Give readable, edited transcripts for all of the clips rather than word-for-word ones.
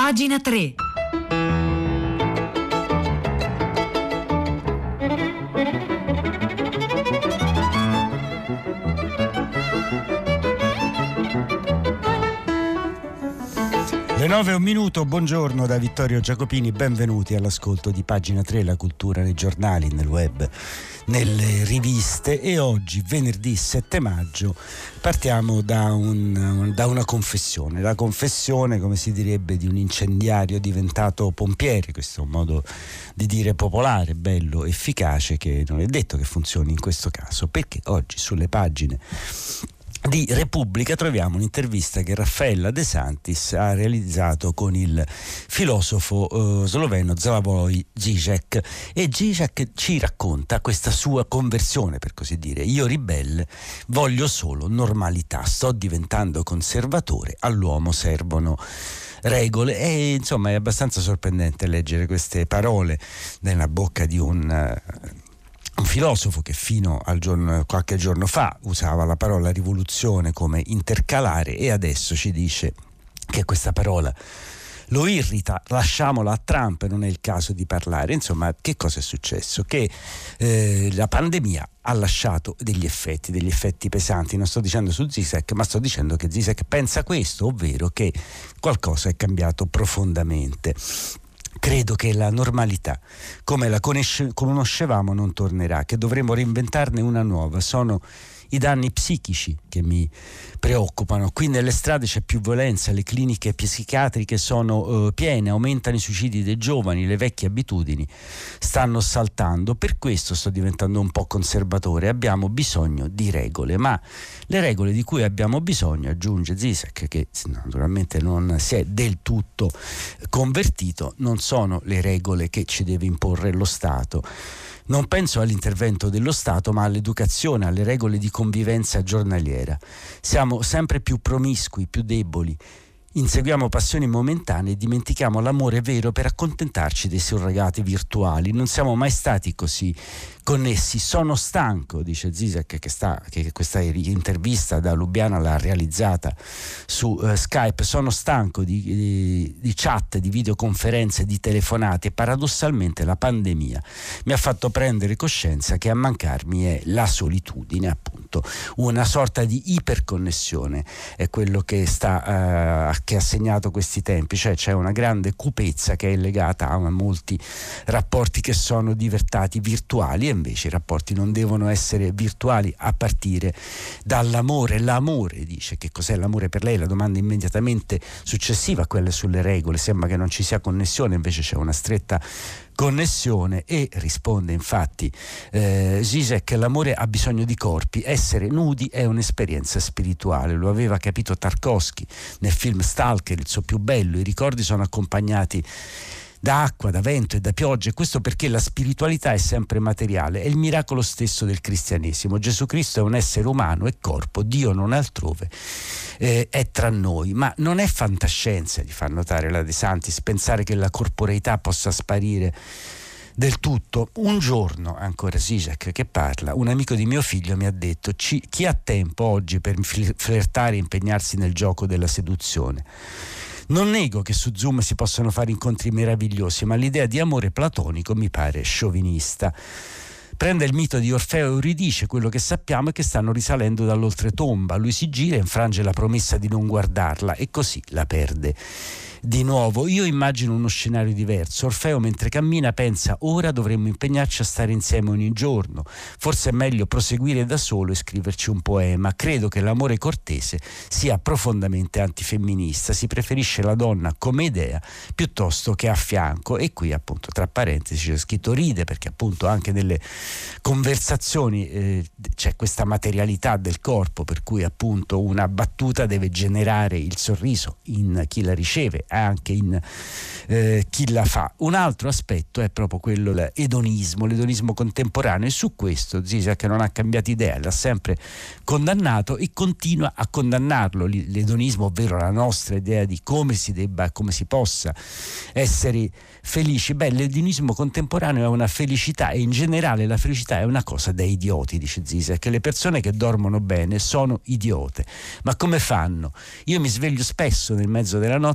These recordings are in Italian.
Pagina 3. Le 9:01, buongiorno da Vittorio Giacopini, benvenuti all'ascolto di Pagina 3, la cultura nei giornali, nel web, nelle riviste. E oggi, venerdì 7 maggio, partiamo da una confessione. La confessione, come si direbbe, di un incendiario diventato pompiere. Questo è un modo di dire popolare, bello, efficace, che non è detto che funzioni in questo caso, perché oggi sulle pagine di Repubblica troviamo un'intervista che Raffaella De Santis ha realizzato con il filosofo sloveno Slavoj Žižek, e Žižek ci racconta questa sua conversione, per così dire. Io ribelle, voglio solo normalità, sto diventando conservatore, all'uomo servono regole. E insomma è abbastanza sorprendente leggere queste parole nella bocca di un filosofo che fino qualche giorno fa usava la parola rivoluzione come intercalare, e adesso ci dice che questa parola lo irrita, lasciamola a Trump, non è il caso di parlare. Insomma, che cosa è successo? Che la pandemia ha lasciato degli effetti pesanti. Non sto dicendo su Žižek, ma sto dicendo che Žižek pensa questo, ovvero che qualcosa è cambiato profondamente. Credo che la normalità, come la conoscevamo, non tornerà, che dovremo reinventarne una nuova. Sono i danni psichici che mi preoccupano. Qui nelle strade c'è più violenza, le cliniche psichiatriche sono piene, aumentano i suicidi dei giovani, le vecchie abitudini stanno saltando. Per questo sto diventando un po' conservatore. Abbiamo bisogno di regole, ma le regole di cui abbiamo bisogno, aggiunge Žižek, che naturalmente non si è del tutto convertito, non sono le regole che ci deve imporre lo Stato. Non penso all'intervento dello Stato, ma all'educazione, alle regole di convivenza giornaliera. Siamo sempre più promiscui, più deboli. Inseguiamo passioni momentanee e dimentichiamo l'amore vero per accontentarci dei surrogati virtuali. Non siamo mai stati così connessi. Sono stanco, dice Žižek, che questa intervista da Lubiana l'ha realizzata su Skype. Sono stanco di chat, di videoconferenze, di telefonate. Paradossalmente la pandemia mi ha fatto prendere coscienza che a mancarmi è la solitudine, appunto. Una sorta di iperconnessione è quello che ha segnato questi tempi, cioè c'è una grande cupezza che è legata a molti rapporti che sono diventati virtuali, e invece i rapporti non devono essere virtuali, a partire dall'amore. L'amore, dice, che cos'è l'amore per lei? La domanda immediatamente successiva a quelle sulle regole. Sembra che non ci sia connessione, invece c'è una stretta connessione, e risponde infatti Žižek: l'amore ha bisogno di corpi, essere nudi è un'esperienza spirituale. Lo aveva capito Tarkovsky nel film Stalker, il suo più bello. I ricordi sono accompagnati da acqua, da vento e da pioggia, e questo perché la spiritualità è sempre materiale, è il miracolo stesso del cristianesimo. Gesù Cristo è un essere umano e corpo, Dio non è altrove, è tra noi. Ma non è fantascienza, gli fa notare la De Santis, pensare che la corporeità possa sparire del tutto. Un giorno, ancora Žižek che parla, un amico di mio figlio mi ha detto: chi ha tempo oggi per flirtare e impegnarsi nel gioco della seduzione? Non nego che su Zoom si possono fare incontri meravigliosi, ma l'idea di amore platonico mi pare sciovinista. Prende il mito di Orfeo e Euridice, quello che sappiamo è che stanno risalendo dall'oltretomba. Lui si gira e infrange la promessa di non guardarla, e così la perde di nuovo. Io immagino uno scenario diverso. Orfeo, mentre cammina, pensa: ora dovremmo impegnarci a stare insieme ogni giorno, forse è meglio proseguire da solo e scriverci un poema. Credo che l'amore cortese sia profondamente antifemminista, si preferisce la donna come idea piuttosto che a fianco. E qui, appunto, tra parentesi c'è scritto ride, perché appunto anche nelle conversazioni c'è questa materialità del corpo, per cui appunto una battuta deve generare il sorriso in chi la riceve, anche in chi la fa. Un altro aspetto è proprio quello l'edonismo contemporaneo, e su questo Žižek non ha cambiato idea, l'ha sempre condannato e continua a condannarlo. L'edonismo, ovvero la nostra idea di come si debba, come si possa essere felici. L'edonismo contemporaneo è una felicità, e in generale la felicità è una cosa da idioti, dice Žižek, che le persone che dormono bene sono idiote. Ma come fanno? Io mi sveglio spesso nel mezzo della notte e prendo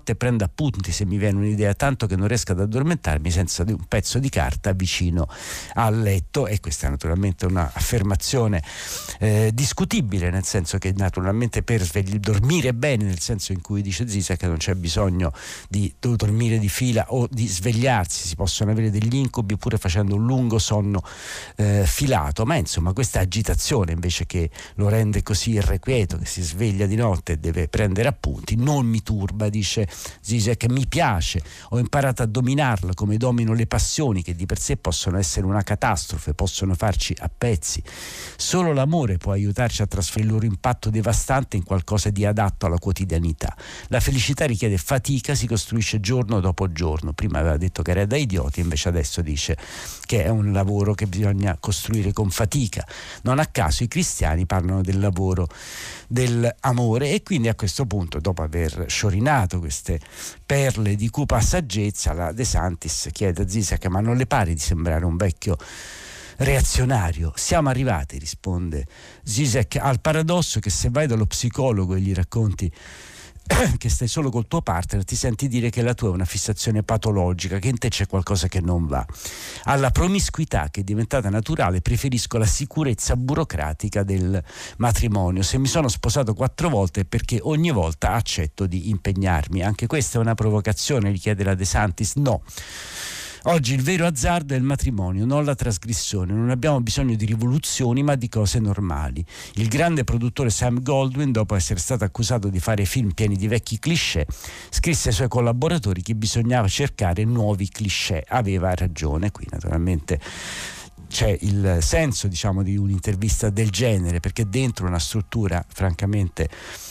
prendo appunti se mi viene un'idea, tanto che non riesco ad addormentarmi senza un pezzo di carta vicino al letto. E questa è naturalmente un'affermazione discutibile, nel senso che naturalmente per dormire bene, nel senso in cui dice Zizek, non c'è bisogno di dormire di fila o di svegliarsi, si possono avere degli incubi pure facendo un lungo sonno filato, ma insomma questa agitazione invece che lo rende così irrequieto, che si sveglia di notte e deve prendere appunti, non mi turba, dice Zizek, mi piace, ho imparato a dominarlo come domino le passioni che di per sé possono essere una catastrofe, possono farci a pezzi. Solo l'amore può aiutarci a trasferire il loro impatto devastante in qualcosa di adatto alla quotidianità. La felicità richiede fatica, si costruisce giorno dopo giorno. Prima aveva detto che era da idioti, invece adesso dice che è un lavoro che bisogna costruire con fatica. Non a caso i cristiani parlano del lavoro dell'amore, e quindi a questo punto, dopo aver sciorinato queste perle di cupa saggezza, la De Santis chiede a Zizek: ma non le pare di sembrare un vecchio reazionario? Siamo arrivati, risponde Zizek, al paradosso che se vai dallo psicologo e gli racconti che stai solo col tuo partner, ti senti dire che la tua è una fissazione patologica, che in te c'è qualcosa che non va. Alla promiscuità che è diventata naturale preferisco la sicurezza burocratica del matrimonio. Se mi sono sposato 4 volte è perché ogni volta accetto di impegnarmi. Anche questa è una provocazione, gli chiede la De Santis. No. Oggi il vero azzardo è il matrimonio, non la trasgressione. Non abbiamo bisogno di rivoluzioni, ma di cose normali. Il grande produttore Sam Goldwyn, dopo essere stato accusato di fare film pieni di vecchi cliché, scrisse ai suoi collaboratori che bisognava cercare nuovi cliché. Aveva ragione. Qui naturalmente c'è il senso, diciamo, di un'intervista del genere, perché dentro una struttura francamente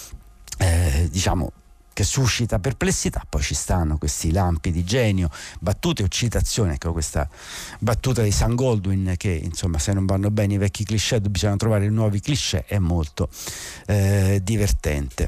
diciamo che suscita perplessità, poi ci stanno questi lampi di genio, battute o citazioni. Ecco, questa battuta di Sam Goldwyn che insomma, se non vanno bene i vecchi cliché bisogna trovare nuovi cliché, è molto divertente.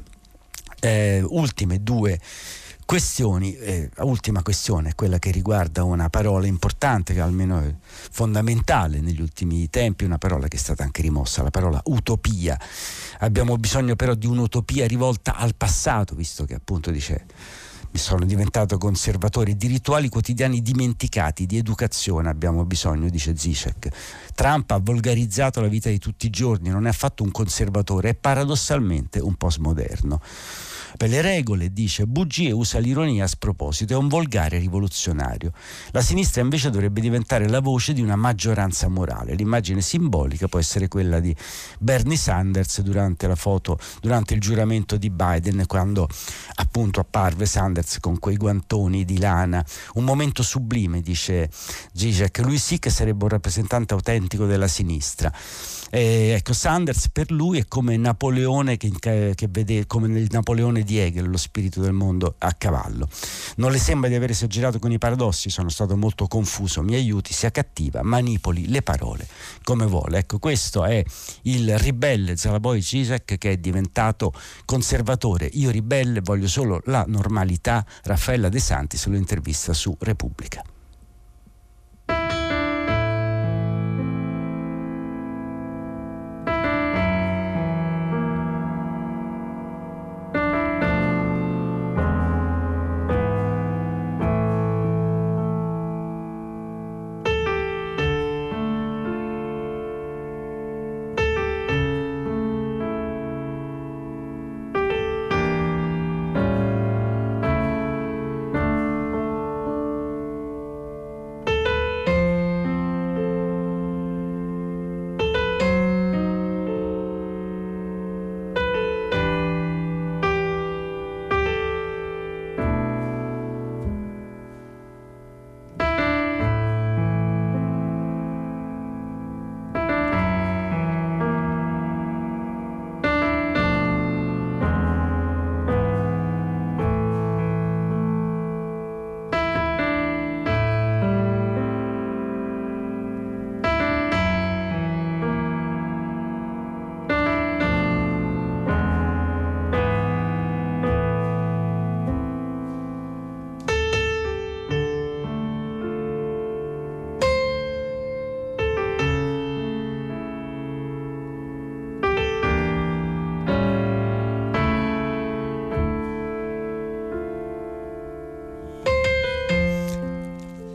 Ultime due questioni. Ultima questione è quella che riguarda una parola importante, che almeno è fondamentale negli ultimi tempi, una parola che è stata anche rimossa, la parola utopia. Abbiamo bisogno però di un'utopia rivolta al passato, visto che appunto dice sono diventato conservatore, di rituali quotidiani dimenticati, di educazione abbiamo bisogno, dice Zizek. Trump ha volgarizzato la vita di tutti i giorni, non è affatto un conservatore, è paradossalmente un postmoderno. Per le regole, dice, bugie, usa l'ironia a sproposito, è un volgare rivoluzionario. La sinistra invece dovrebbe diventare la voce di una maggioranza morale. L'immagine simbolica può essere quella di Bernie Sanders durante il giuramento di Biden, quando appunto apparve Sanders con quei guantoni di lana. Un momento sublime, dice Zizek, lui sì che sarebbe un rappresentante autentico della sinistra. Ecco, Sanders per lui è come Napoleone che vede, come nel Napoleone di Hegel, lo spirito del mondo a cavallo. Non le sembra di aver esagerato con i paradossi? Sono stato molto confuso, mi aiuti, sia cattiva, manipoli le parole come vuole. Ecco, questo è il ribelle Slavoj Zizek, che è diventato conservatore. Io ribelle, voglio solo la normalità. Raffaella De Santi sull'intervista su Repubblica.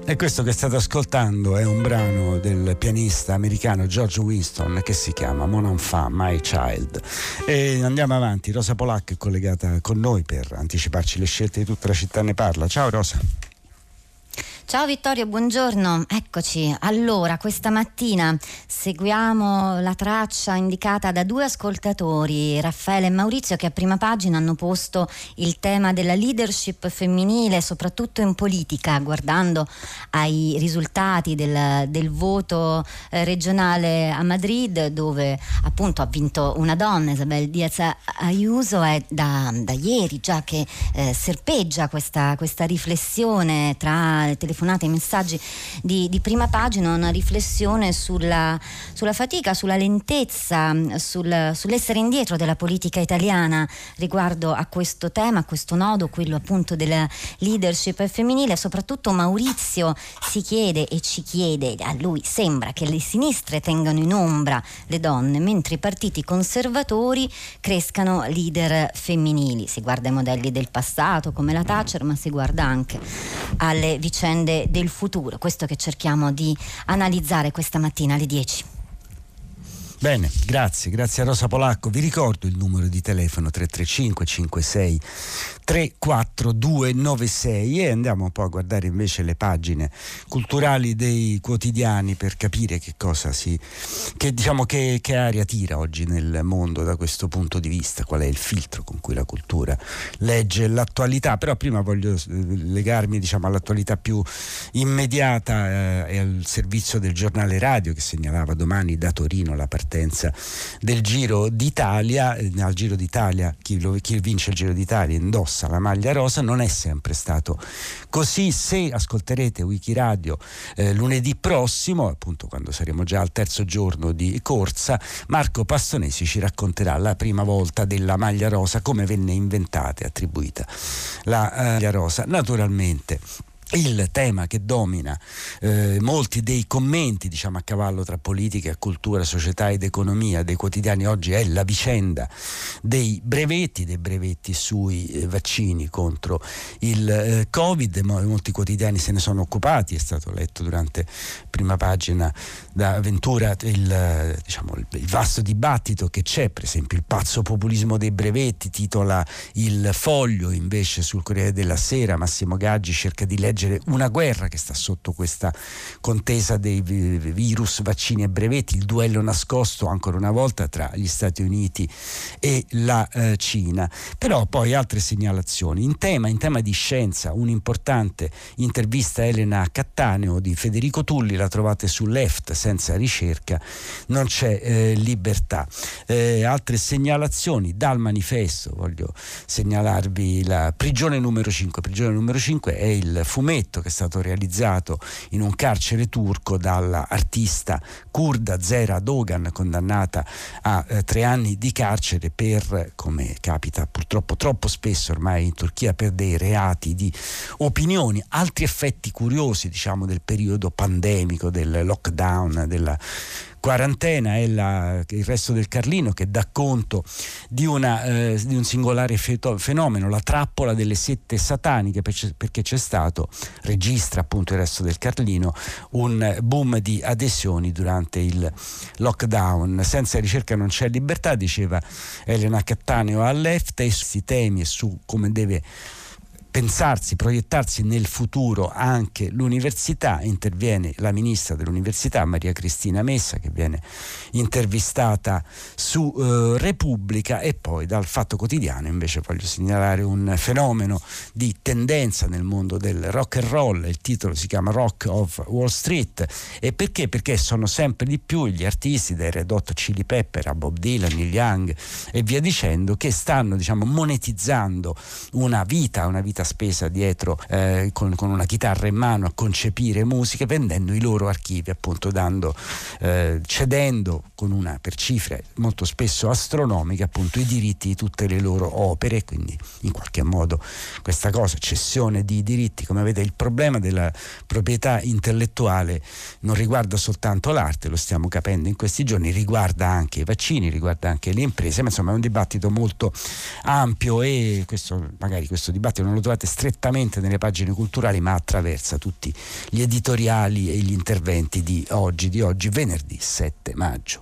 E questo che state ascoltando è un brano del pianista americano George Winston che si chiama Mon Enfant, My Child. E andiamo avanti, Rosa Polacco è collegata con noi per anticiparci le scelte di Tutta la città ne parla. Ciao Rosa. Ciao Vittorio, buongiorno, eccoci. Allora, questa mattina seguiamo la traccia indicata da due ascoltatori, Raffaele e Maurizio, che a prima pagina hanno posto il tema della leadership femminile, soprattutto in politica, guardando ai risultati del voto regionale a Madrid, dove appunto ha vinto una donna, Isabel Díaz Ayuso. È da ieri già che serpeggia questa riflessione tra le telefonate e messaggi di prima pagina, una riflessione sulla fatica, sulla lentezza, sull'essere indietro della politica italiana riguardo a questo tema, a questo nodo, quello appunto della leadership femminile. Soprattutto Maurizio si chiede e ci chiede, a lui sembra che le sinistre tengano in ombra le donne mentre i partiti conservatori crescano leader femminili. Si guarda ai modelli del passato come la Thatcher, ma si guarda anche alle vicende del futuro, questo che cerchiamo di analizzare questa mattina alle 10. Bene, grazie a Rosa Polacco. Vi ricordo il numero di telefono 335 56 34296 e andiamo un po' a guardare invece le pagine culturali dei quotidiani per capire che aria tira oggi nel mondo da questo punto di vista, qual è il filtro con cui la cultura legge l'attualità. Però prima voglio legarmi all'attualità più immediata e al servizio del giornale radio che segnalava domani da Torino la partenza del Giro d'Italia. Al Giro d'Italia chi vince il Giro d'Italia indossa la maglia rosa. Non è sempre stato così. Se ascolterete Wikiradio lunedì prossimo, appunto quando saremo già al terzo giorno di corsa, Marco Pastonesi ci racconterà la prima volta della maglia rosa, come venne inventata e attribuita la maglia rosa. Naturalmente il tema che domina molti dei commenti a cavallo tra politica, cultura, società ed economia dei quotidiani oggi è la vicenda dei brevetti sui vaccini contro il Covid. Molti quotidiani se ne sono occupati, è stato letto durante prima pagina da Ventura il vasto dibattito che c'è, per esempio il pazzo populismo dei brevetti, titola il Foglio. Invece sul Corriere della Sera Massimo Gaggi cerca di leggere una guerra che sta sotto questa contesa dei virus, vaccini e brevetti, il duello nascosto ancora una volta tra gli Stati Uniti e la Cina. Però poi altre segnalazioni in tema di scienza. Un'importante intervista a Elena Cattaneo di Federico Tulli, la trovate su Left. Senza ricerca non c'è libertà. Altre segnalazioni dal Manifesto, voglio segnalarvi la Prigione numero 5. Prigione numero 5 è il fumetto che è stato realizzato in un carcere turco dalla artista curda Zehra Dogan, condannata a 3 anni di carcere per, come capita purtroppo troppo spesso ormai in Turchia, per dei reati di opinioni. Altri effetti curiosi del periodo pandemico, del lockdown, della quarantena, è il Resto del Carlino che dà conto di un singolare fenomeno, la trappola delle sette sataniche, perché c'è stato, registra appunto il Resto del Carlino, un boom di adesioni durante il lockdown. Senza ricerca non c'è libertà, diceva Elena Cattaneo a Left, e su questi temi e su come deve proiettarsi nel futuro anche l'università interviene la ministra dell'università Maria Cristina Messa, che viene intervistata su Repubblica. E poi dal Fatto Quotidiano invece voglio segnalare un fenomeno di tendenza nel mondo del rock and roll. Il titolo si chiama Rock of Wall Street. E perché sono sempre di più gli artisti, dai Red Hot Chili Pepper a Bob Dylan, Neil Young e via dicendo, che stanno monetizzando una vita spesa dietro con una chitarra in mano a concepire musiche, vendendo i loro archivi, appunto cedendo per cifre molto spesso astronomiche appunto i diritti di tutte le loro opere. Quindi in qualche modo questa cosa, cessione di diritti, come vedete il problema della proprietà intellettuale non riguarda soltanto l'arte, lo stiamo capendo in questi giorni, riguarda anche i vaccini, riguarda anche le imprese, ma insomma è un dibattito molto ampio, e questo dibattito non lo trovate strettamente nelle pagine culturali, ma attraversa tutti gli editoriali e gli interventi di oggi venerdì 7 maggio.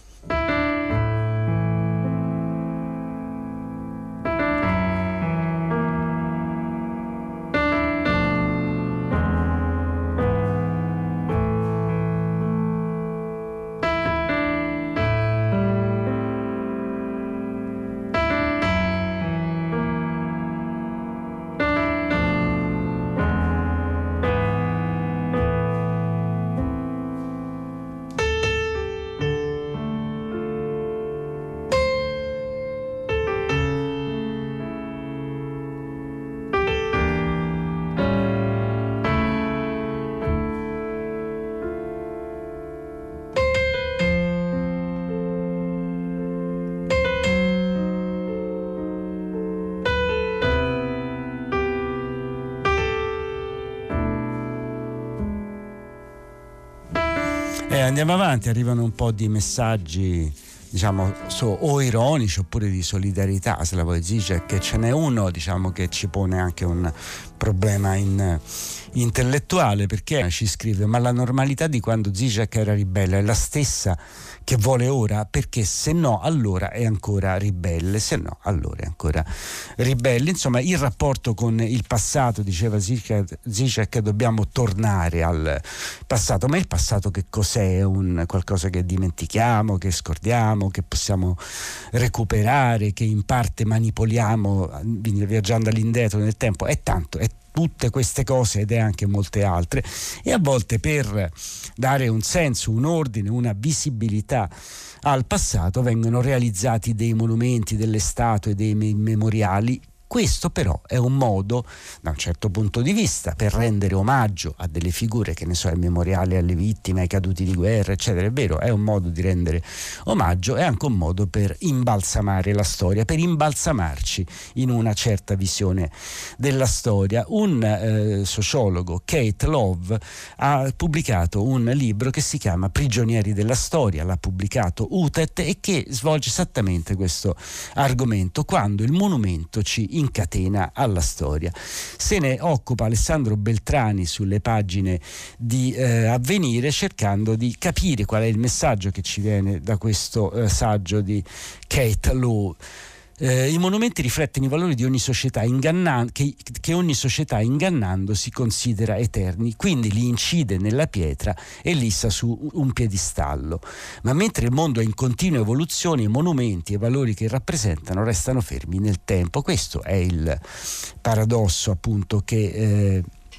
Andiamo avanti, arrivano un po' di messaggi, diciamo, o ironici oppure di solidarietà, se la vuoi dire, che ce n'è uno, diciamo, che ci pone anche un problema intellettuale, perché ci scrive: ma la normalità di quando Zizek era ribelle è la stessa che vuole ora, perché se no allora è ancora ribelle, se no allora è ancora ribelle. Insomma, il rapporto con il passato, diceva Zizek, dobbiamo tornare al passato, ma il passato che cos'è? È un qualcosa che dimentichiamo, che scordiamo, che possiamo recuperare, che in parte manipoliamo viaggiando all'indietro nel tempo? È tanto, è tutte queste cose ed è anche molte altre, e a volte per dare un senso, un ordine, una visibilità al passato vengono realizzati dei monumenti, delle statue, dei memoriali. Questo però è un modo, da un certo punto di vista, per rendere omaggio a delle figure, che ne so, il memoriale alle vittime, ai caduti di guerra, eccetera. È vero, è un modo di rendere omaggio, è anche un modo per imbalsamare la storia, per imbalsamarci in una certa visione della storia. Un sociologo, Kate Love, ha pubblicato un libro che si chiama Prigionieri della storia, l'ha pubblicato UTET, e che svolge esattamente questo argomento, quando il monumento ci incatena alla storia. Se ne occupa Alessandro Beltrani sulle pagine di Avvenire, cercando di capire qual è il messaggio che ci viene da questo saggio di Kate Love. I monumenti riflettono i valori di ogni società, che ogni società, ingannando, si considera eterni, quindi li incide nella pietra e lissa su un piedistallo. Ma mentre il mondo è in continua evoluzione, i monumenti e i valori che rappresentano restano fermi nel tempo. Questo è il paradosso, appunto, che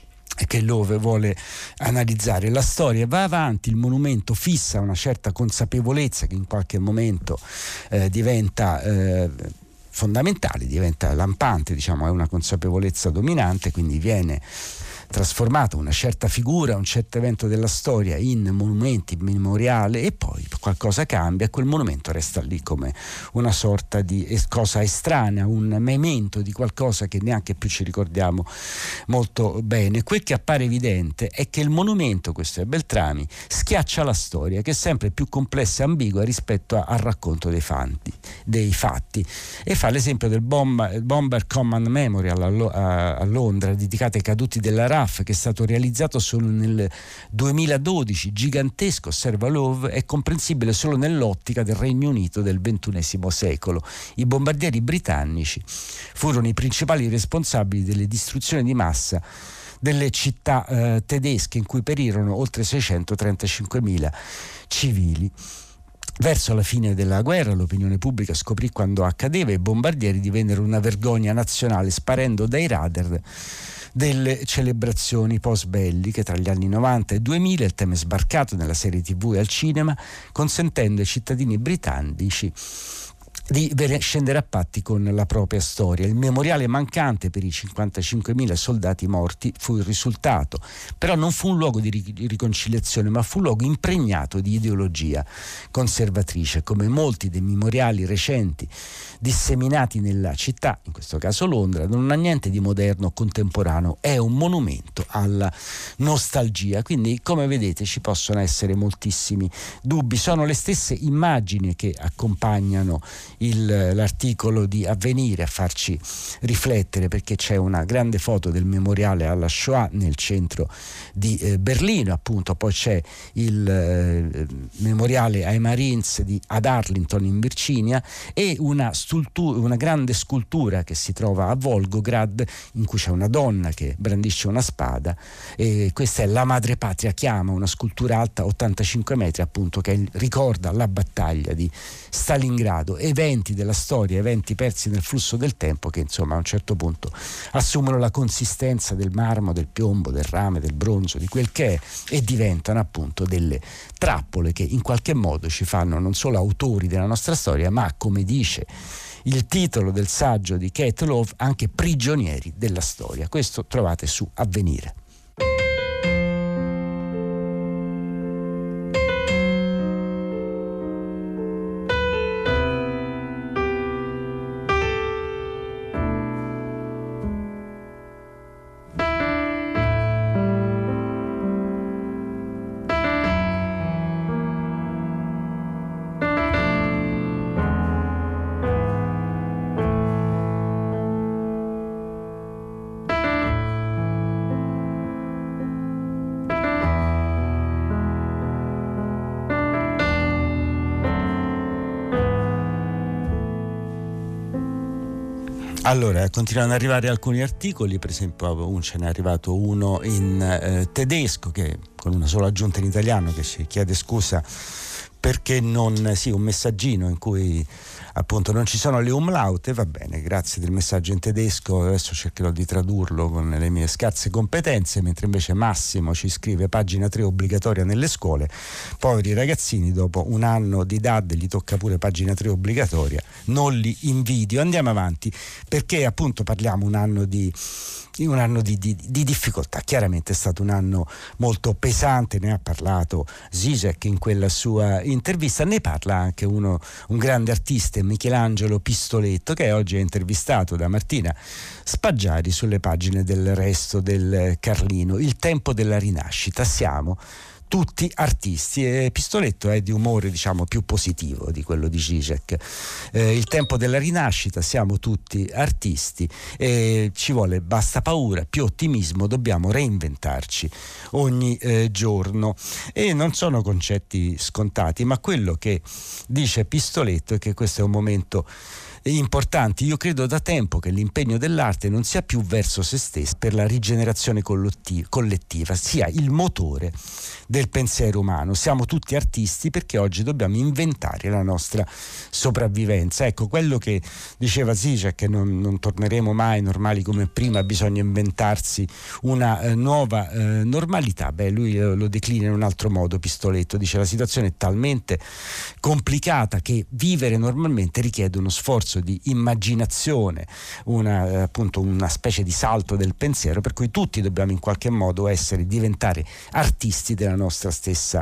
Love vuole analizzare. La storia va avanti, il monumento fissa una certa consapevolezza che in qualche momento diventa fondamentale, diventa lampante, diciamo, è una consapevolezza dominante, quindi viene trasformata una certa figura, un certo evento della storia in monumenti, memoriale, e poi qualcosa cambia e quel monumento resta lì come una sorta di cosa estranea, un memento di qualcosa che neanche più ci ricordiamo molto bene. Quel che appare evidente è che il monumento, questo è Beltrami, schiaccia la storia, che è sempre più complessa e ambigua rispetto al racconto dei fatti, e fa l'esempio del Bomber Command Memorial a Londra, dedicato ai caduti della RAF, che è stato realizzato solo nel 2012, gigantesco, osserva Love, è comprensibile solo nell'ottica del Regno Unito del XXI secolo. I bombardieri britannici furono i principali responsabili delle distruzioni di massa delle città tedesche, in cui perirono oltre 635.000 civili. Verso la fine della guerra l'opinione pubblica scoprì quando accadeva e i bombardieri divennero una vergogna nazionale, sparendo dai radar delle celebrazioni post-belliche. Tra gli anni 90 e 2000 il tema è sbarcato nella serie TV e al cinema, consentendo ai cittadini britannici di scendere a patti con la propria storia. Il memoriale mancante per i 55.000 soldati morti fu il risultato, però non fu un luogo di riconciliazione, ma fu un luogo impregnato di ideologia conservatrice. Come molti dei memoriali recenti disseminati nella città, in questo caso Londra, non ha niente di moderno o contemporaneo, è un monumento alla nostalgia. Quindi, come vedete, ci possono essere moltissimi dubbi. Sono le stesse immagini che accompagnano l'articolo di Avvenire a farci riflettere, perché c'è una grande foto del memoriale alla Shoah nel centro di Berlino, appunto. Poi c'è il memoriale ai Marines ad Arlington in Virginia, e una grande scultura che si trova a Volgograd, in cui c'è una donna che brandisce una spada, e questa è La Madre Patria chiama, una scultura alta 85 metri, appunto, che ricorda la battaglia di Stalingrado, eventi della storia, eventi persi nel flusso del tempo, che insomma a un certo punto assumono la consistenza del marmo, del piombo, del rame, del bronzo, di quel che è, e diventano appunto delle trappole che in qualche modo ci fanno non solo autori della nostra storia, ma, come dice il titolo del saggio di Kate Love, anche prigionieri della storia. Questo trovate su Avvenire. Allora, continuano ad arrivare alcuni articoli, per esempio ce n'è arrivato uno in tedesco, che con una sola aggiunta in italiano, che ci chiede scusa perché un messaggino in cui appunto non ci sono le umlaute. Va bene, grazie del messaggio in tedesco, adesso cercherò di tradurlo con le mie scarse competenze, mentre invece Massimo ci scrive: pagina 3 obbligatoria nelle scuole, poveri ragazzini, dopo un anno di DAD gli tocca pure pagina 3 obbligatoria, non li invidio. Andiamo avanti, perché appunto parliamo un anno di difficoltà. Chiaramente è stato un anno molto pesante, ne ha parlato Zizek in quella sua intervista, ne parla anche un grande artista, Michelangelo Pistoletto, che oggi è intervistato da Martina Spaggiari sulle pagine del Resto del Carlino. Il tempo della rinascita, siamo tutti artisti, e Pistoletto è di umore più positivo di quello di Zizek. Il tempo della rinascita, siamo tutti artisti, e ci vuole basta paura, più ottimismo, dobbiamo reinventarci ogni giorno. E non sono concetti scontati, ma quello che dice Pistoletto è che questo è un momento importanti. Io credo da tempo che l'impegno dell'arte non sia più verso se stessa, per la rigenerazione collettiva, sia il motore del pensiero umano. Siamo tutti artisti perché oggi dobbiamo inventare la nostra sopravvivenza. Ecco, quello che diceva Zizek, che non torneremo mai normali come prima, bisogna inventarsi una nuova normalità. Lui lo declina in un altro modo. Pistoletto dice: la situazione è talmente complicata che vivere normalmente richiede uno sforzo di immaginazione, una specie di salto del pensiero, per cui tutti dobbiamo in qualche modo diventare artisti della nostra stessa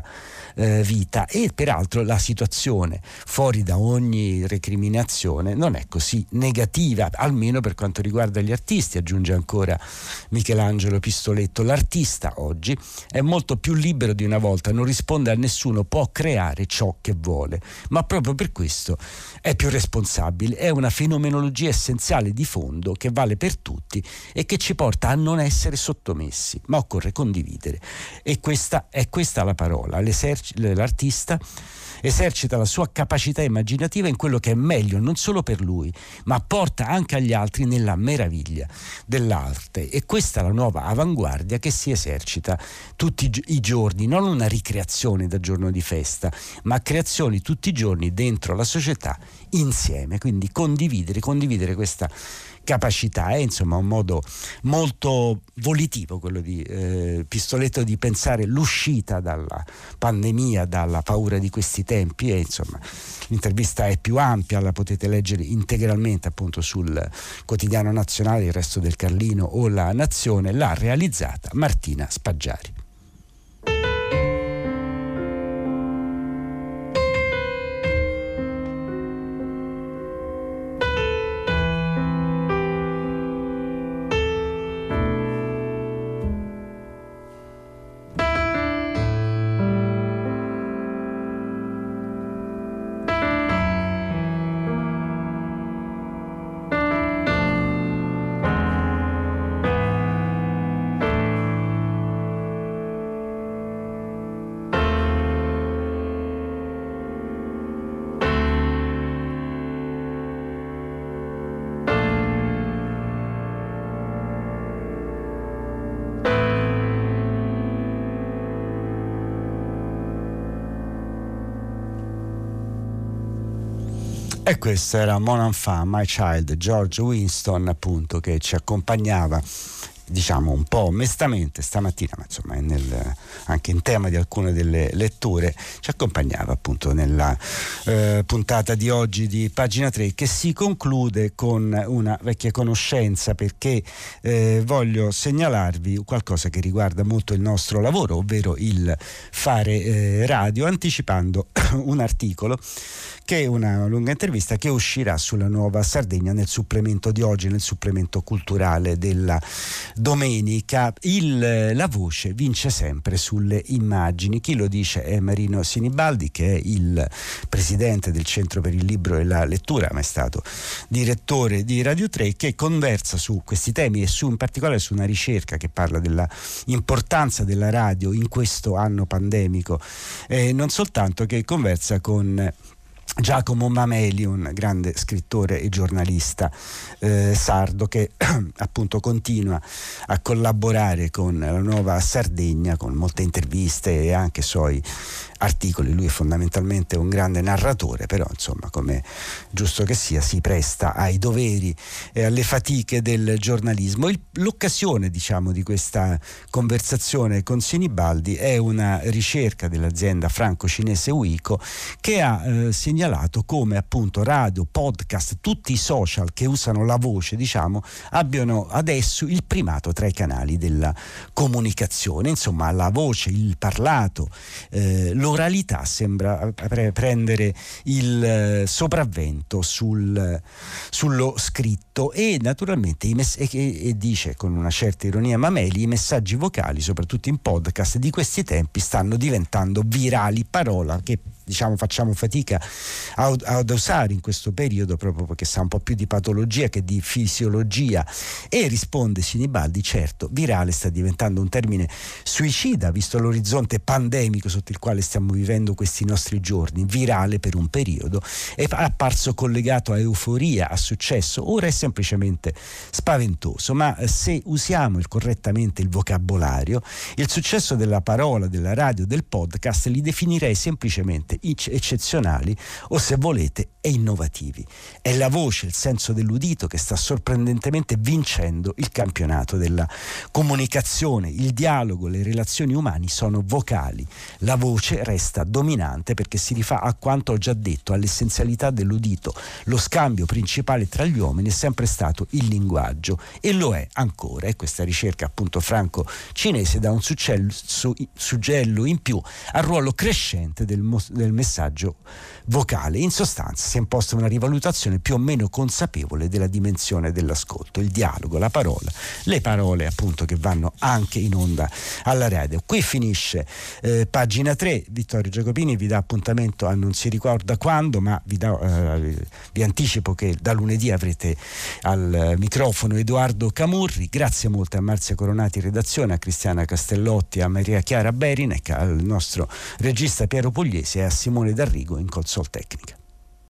vita. E peraltro la situazione, fuori da ogni recriminazione, non è così negativa, almeno per quanto riguarda gli artisti, aggiunge ancora Michelangelo Pistoletto. L'artista oggi è molto più libero di una volta, non risponde a nessuno, può creare ciò che vuole, ma proprio per questo è più responsabile. È una fenomenologia essenziale di fondo che vale per tutti e che ci porta a non essere sottomessi, ma occorre condividere. E questa è la parola. L'artista esercita la sua capacità immaginativa in quello che è meglio non solo per lui, ma porta anche agli altri nella meraviglia dell'arte. E questa è la nuova avanguardia che si esercita tutti i giorni, non una ricreazione da giorno di festa, ma creazioni tutti i giorni dentro la società insieme. Quindi condividere questa capacità è insomma un modo molto volitivo, quello di Pistoletto, di pensare l'uscita dalla pandemia, dalla paura di questi tempi. E insomma l'intervista è più ampia, la potete leggere integralmente appunto sul quotidiano nazionale, Il Resto del Carlino o La Nazione. L'ha realizzata Martina Spaggiari. E questo era Mon Enfant, My Child, George Winston, appunto, che ci accompagnava, diciamo un po' mestamente stamattina, ma insomma anche in tema di alcune delle letture, ci accompagnava appunto nella puntata di oggi di Pagina 3, che si conclude con una vecchia conoscenza, perché voglio segnalarvi qualcosa che riguarda molto il nostro lavoro, ovvero il fare radio, anticipando un articolo che è una lunga intervista che uscirà sulla Nuova Sardegna nel supplemento di oggi, nel supplemento culturale della domenica. La voce vince sempre sulle immagini. Chi lo dice è Marino Sinibaldi, che è il presidente del Centro per il Libro e la Lettura, ma è stato direttore di Radio 3, che conversa su questi temi e in particolare su una ricerca che parla della importanza della radio in questo anno pandemico, e non soltanto, che conversa con Giacomo Mameli, un grande scrittore e giornalista sardo, che appunto continua a collaborare con la Nuova Sardegna con molte interviste e anche suoi articoli. Lui è fondamentalmente un grande narratore, però insomma, come giusto che sia, si presta ai doveri e alle fatiche del giornalismo. L'occasione, diciamo, di questa conversazione con Sinibaldi è una ricerca dell'azienda franco-cinese Wico, che ha segnalato come appunto radio, podcast, tutti i social che usano la voce, diciamo, abbiano adesso il primato tra i canali della comunicazione. Insomma, la voce, il parlato, l'oralità sembra prendere il sopravvento sullo scritto, e naturalmente e dice con una certa ironia Mameli, i messaggi vocali, soprattutto in podcast di questi tempi, stanno diventando virali, parola che diciamo facciamo fatica ad usare in questo periodo, proprio perché sa un po' più di patologia che di fisiologia. E risponde Sinibaldi: certo, virale sta diventando un termine suicida visto l'orizzonte pandemico sotto il quale stiamo vivendo questi nostri giorni. Virale per un periodo è apparso collegato a euforia, a successo, ora è semplicemente spaventoso. Ma se usiamo correttamente il vocabolario, il successo della parola, della radio, del podcast li definirei semplicemente eccezionali, o se volete innovativi. È la voce, il senso dell'udito, che sta sorprendentemente vincendo il campionato della comunicazione. Il dialogo, le relazioni umane sono vocali, la voce resta dominante perché si rifà a quanto ho già detto, all'essenzialità dell'udito. Lo scambio principale tra gli uomini è sempre stato il linguaggio, e lo è ancora, e questa ricerca appunto franco-cinese dà un suggello in più al ruolo crescente del messaggio vocale. In sostanza si è imposta una rivalutazione più o meno consapevole della dimensione dell'ascolto, il dialogo, la parola, le parole appunto che vanno anche in onda alla radio. Qui finisce Pagina 3. Vittorio Giacopini vi dà appuntamento a non si ricorda quando, ma vi anticipo che da lunedì avrete al microfono Edoardo Camurri. Grazie molte a Marzia Coronati in redazione, a Cristiana Castellotti, a Maria Chiara Berinec, al nostro regista Piero Pugliese e a Simone D'Arrigo in console tecnica.